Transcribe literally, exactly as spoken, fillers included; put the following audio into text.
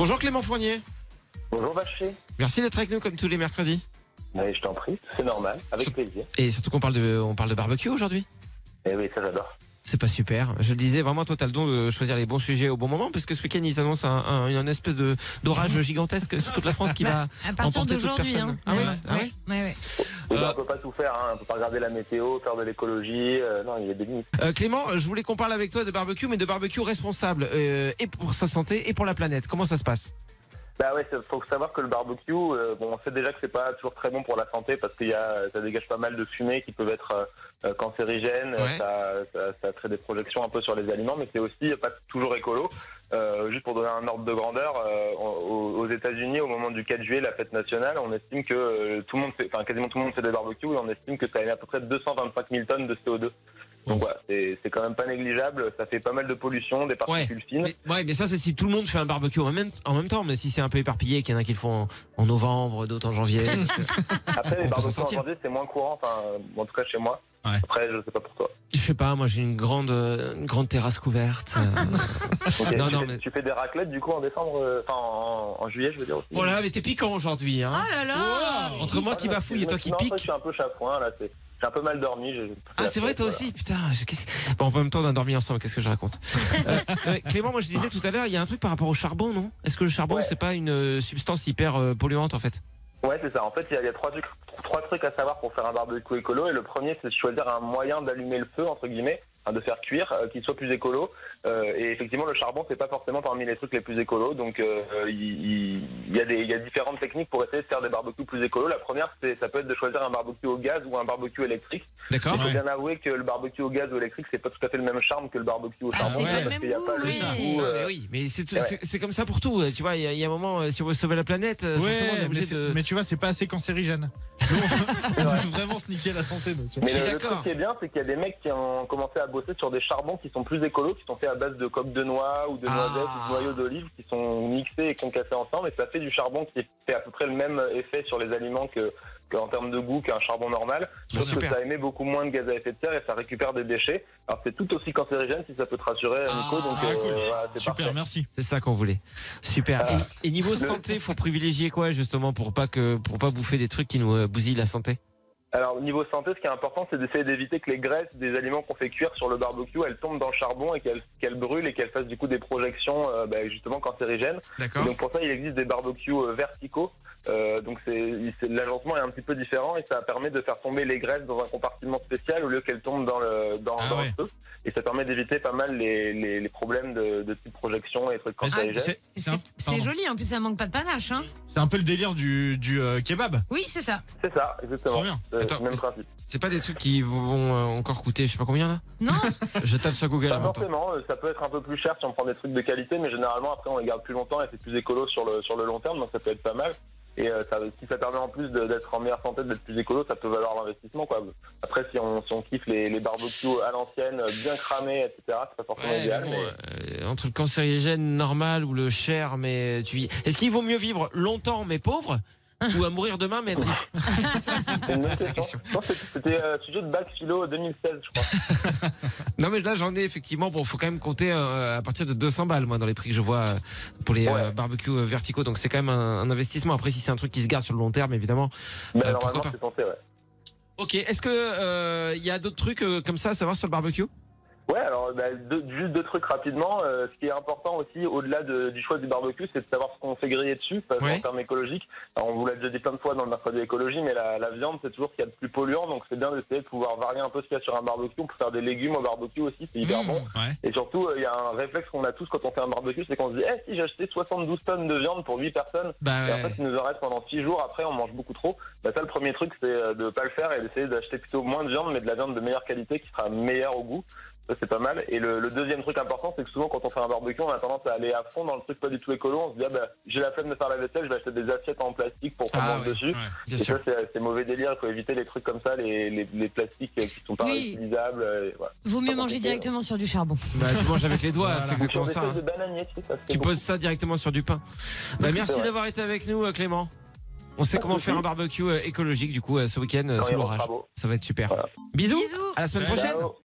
Bonjour Clément Fournier. Bonjour Vacher. Merci d'être avec nous comme tous les mercredis. Mais je t'en prie, c'est normal, avec Sur- plaisir. Et surtout qu'on parle de, on parle de barbecue aujourd'hui. Eh oui, ça j'adore. C'est pas super. Je le disais, vraiment, toi, t'as le don de choisir les bons sujets au bon moment, parce que ce week-end, ils annoncent un, un, une espèce de d'orage gigantesque sur toute la France qui va À partir emporter toute d'aujourd'hui. personne. Hein. Ah ouais, Ouais, ah ouais. ouais, ouais, ouais. Oui, bah, Euh, on peut pas tout faire, hein. On peut pas regarder la météo, faire de l'écologie. euh, non, il y a des limites. Euh, Clément, je voulais qu'on parle avec toi de barbecue, mais de barbecue responsable, euh, et pour sa santé et pour la planète. Comment ça se passe? Bah ouais, il faut savoir que le barbecue, euh, bon, on sait déjà que c'est pas toujours très bon pour la santé parce qu'il y a, ça dégage pas mal de fumées qui peuvent être euh, cancérigènes. Ouais. Ça, ça, ça crée des projections un peu sur les aliments, mais c'est aussi pas toujours écolo. Euh, juste pour donner un ordre de grandeur, euh, aux, aux États-Unis, au moment du quatre juillet, la fête nationale, on estime que euh, tout le monde, fait, enfin quasiment tout le monde fait des barbecues et on estime que ça émet à peu près deux cent vingt-cinq mille tonnes de C O deux. Donc voilà, c'est c'est quand même pas négligeable. Ça fait pas mal de pollution, des particules fines. Mais, ouais, mais ça, c'est si tout le monde fait un barbecue en même, en même temps. Mais si c'est un peu éparpillé, qu'il y en a qui le font en, en novembre, d'autres en janvier. Après, On les peut s'en barbecues en sortir. janvier, c'est moins courant, enfin, en tout cas chez moi. Ouais. Après, je sais pas pour toi. Je sais pas, moi j'ai une grande, euh, une grande terrasse couverte. euh. Ok, Non, tu, non, fais, mais- tu fais des raclettes du coup en décembre, euh, enfin en, en juillet, je veux dire aussi. Voilà, mais t'es piquant aujourd'hui. Hein. Oh là là. Entre moi qui Ah, bafouille et toi qui non, pique. Je suis un peu chafouin là, c'est- j'ai un peu mal dormi. j'ai- Ah, c'est vrai, toi voilà. aussi. Putain, je- qu'est-ce que- bon, en même temps, on a dormi ensemble. Qu'est-ce que je raconte? Euh, euh, Clément, moi je disais tout à l'heure, il y a un truc par rapport au charbon, non? Est-ce que le charbon, Ouais. c'est pas une euh, substance hyper euh, polluante en fait? Ouais, c'est ça. En fait, il y, a- il y a trois trucs, trois trucs à savoir pour faire un barbecue écolo. Et le premier, c'est de choisir un moyen d'allumer le feu, entre guillemets, enfin, de faire cuire, euh, qui soit plus écolo. Euh, et effectivement, le charbon, c'est pas forcément parmi les trucs les plus écolos. Donc, euh, il, il- il y a des, il y a différentes techniques pour essayer de faire des barbecues plus écolos. La première, c'est, ça peut être de choisir un barbecue au gaz ou un barbecue électrique. D'accord. Il faut Ouais. bien avouer que le barbecue au gaz ou électrique, c'est pas tout à fait le même charme que le barbecue au Ah, charbon. c'est ouais, pas le parce même qu'il y a goût, pas le oui. même goût, Ah, euh, mais oui, mais c'est tout- ouais. c'est c'est comme ça pour tout. Tu vois, il y, a- il y a un moment, euh, si on veut sauver la planète, euh, Ouais, forcément, on est mais, obligé c'est- de. mais tu vois, c'est pas assez cancérigène. Nous, on, on veut vraiment se niquer la santé. nous, tu vois. Mais Je suis le, le d'accord. truc qui est bien, c'est qu'il y a des mecs qui ont commencé à bosser sur des charbons qui sont plus écolos, qui sont faits à base de coque de noix ou de Ah. noisettes ou de noyaux d'olive, qui sont mixés et concassés ensemble, et ça fait du charbon qui fait à peu près le même effet sur les aliments que qu'en termes de goût qu'un charbon normal, Bah, sauf que super. ça émet beaucoup moins de gaz à effet de serre et ça récupère des déchets. Alors c'est tout aussi cancérigène si ça peut te rassurer, Ah, Nico, donc Ah, euh, cool. voilà, c'est Super, parfait. merci. C'est ça qu'on voulait. Super. Ah. Et, et niveau santé, faut privilégier quoi justement pour pas que pour pas bouffer des trucs qui nous euh, bousillent la santé? Alors au niveau santé, ce qui est important, c'est d'essayer d'éviter que les graisses des aliments qu'on fait cuire sur le barbecue, elles tombent dans le charbon et qu'elles qu'elles brûlent et qu'elles fassent du coup des projections euh, bah, justement cancérigènes. Et D'accord. donc pour ça, il existe des barbecues euh, verticaux. Euh, donc c'est, c'est- l'agencement est un petit peu différent et ça permet de faire tomber les graisses dans un compartiment spécial au lieu qu'elles tombent dans le dans, Ah dans ouais. le feu. Et ça permet d'éviter pas mal les, les, les problèmes de, de type projection et trucs Mais cancérigènes. c'est- C'est un- c'est pardon. joli, en plus ça manque pas de panache. Hein. C'est un peu le délire du, du euh, kebab. Oui, c'est ça. C'est ça, exactement. Trop bien. Euh, Attends, même mais- principe. C'est pas des trucs qui vont euh, encore coûter, je sais pas combien là. Non, Je tape sur Google Pas avant toi. forcément, euh, ça peut être un peu plus cher si on prend des trucs de qualité, mais généralement après on les garde plus longtemps et c'est plus écolo sur le sur le long terme, donc ça peut être pas mal. Et euh, ça, si ça permet en plus de- d'être en meilleure santé, d'être plus écolo, ça peut valoir l'investissement, quoi. Après, si on, si on kiffe les, les barbecues à l'ancienne, bien cramés, et cetera, c'est pas forcément Ouais, idéal. mais bon, Mais... euh, entre le cancérigène normal ou le cher, mais tu vis. Est-ce qu'il vaut mieux vivre longtemps mais pauvre ou à mourir demain mais être riche? C'est ça, c'est- C'est une bonne c'est la question. question. Je pense que C'était euh, sujet de bac philo deux mille seize, je crois. Non mais là j'en ai effectivement. Bon, faut quand même compter euh, à partir de deux cents balles moi dans les prix que je vois euh, pour les euh, Ouais. barbecues euh, verticaux. Donc c'est quand même un, un investissement. Après si c'est un truc qui se garde sur le long terme évidemment. Mais Euh, normalement, pourquoi pas. c'est censé, ouais. Ok. Est-ce que euh, il y a d'autres trucs euh, comme ça à savoir sur le barbecue? Ouais, alors bah, deux- juste deux trucs rapidement. Euh, ce qui est important aussi, au-delà de- du choix du barbecue, c'est de savoir ce qu'on fait griller dessus, parce Ouais. qu'en termes écologiques. Alors, on vous l'a déjà dit plein de fois dans le mercredi écologie, mais la, la viande, c'est toujours ce qu'il y a de plus polluant, donc c'est bien d'essayer de pouvoir varier un peu ce qu'il y a sur un barbecue. On peut faire des légumes au barbecue aussi, c'est hyper Mmh, bon. ouais. Et surtout, euh, il y a un réflexe qu'on a tous quand on fait un barbecue, c'est qu'on se dit, eh, si j'ai acheté soixante-douze tonnes de viande pour huit personnes, Bah et en ouais. fait, il nous en reste pendant six jours, après, on mange beaucoup trop. Bah, ça, le premier truc, c'est euh, de pas le faire et d'essayer d'acheter plutôt moins de viande, mais de la viande de meilleure qualité qui sera meilleure au goût. Ça, c'est pas mal. Et le, le deuxième truc important, c'est que souvent, quand on fait un barbecue, on a tendance à aller à fond dans le truc pas du tout écolo. On se dit, ah, bah, j'ai la flemme de faire la vaisselle, je vais acheter des assiettes en plastique pour qu'on Ah mange ouais, dessus. Ouais. Bien Et sûr. ça, c'est, c'est mauvais délire. Il faut éviter les trucs comme ça, les, les, les plastiques euh, qui sont pas Oui. réutilisables. euh, et voilà. vaut mieux Pas manger compliqué. directement sur du charbon. Bah, tu manges avec les doigts, Voilà. c'est Ou sur exactement des ça. feuilles hein. de bananier, tu sais, ça se fait Tu beaucoup. poses ça directement sur du pain. Bah, merci vrai. d'avoir été avec nous, euh, Clément. On sait Pas de comment souci. faire un barbecue euh, écologique du coup euh, ce week-end euh, Quand sous il y a vos l'orage. travaux. Ça va être super. Voilà. Bisous. Bisous. À la semaine Ciao. prochaine. Ciao.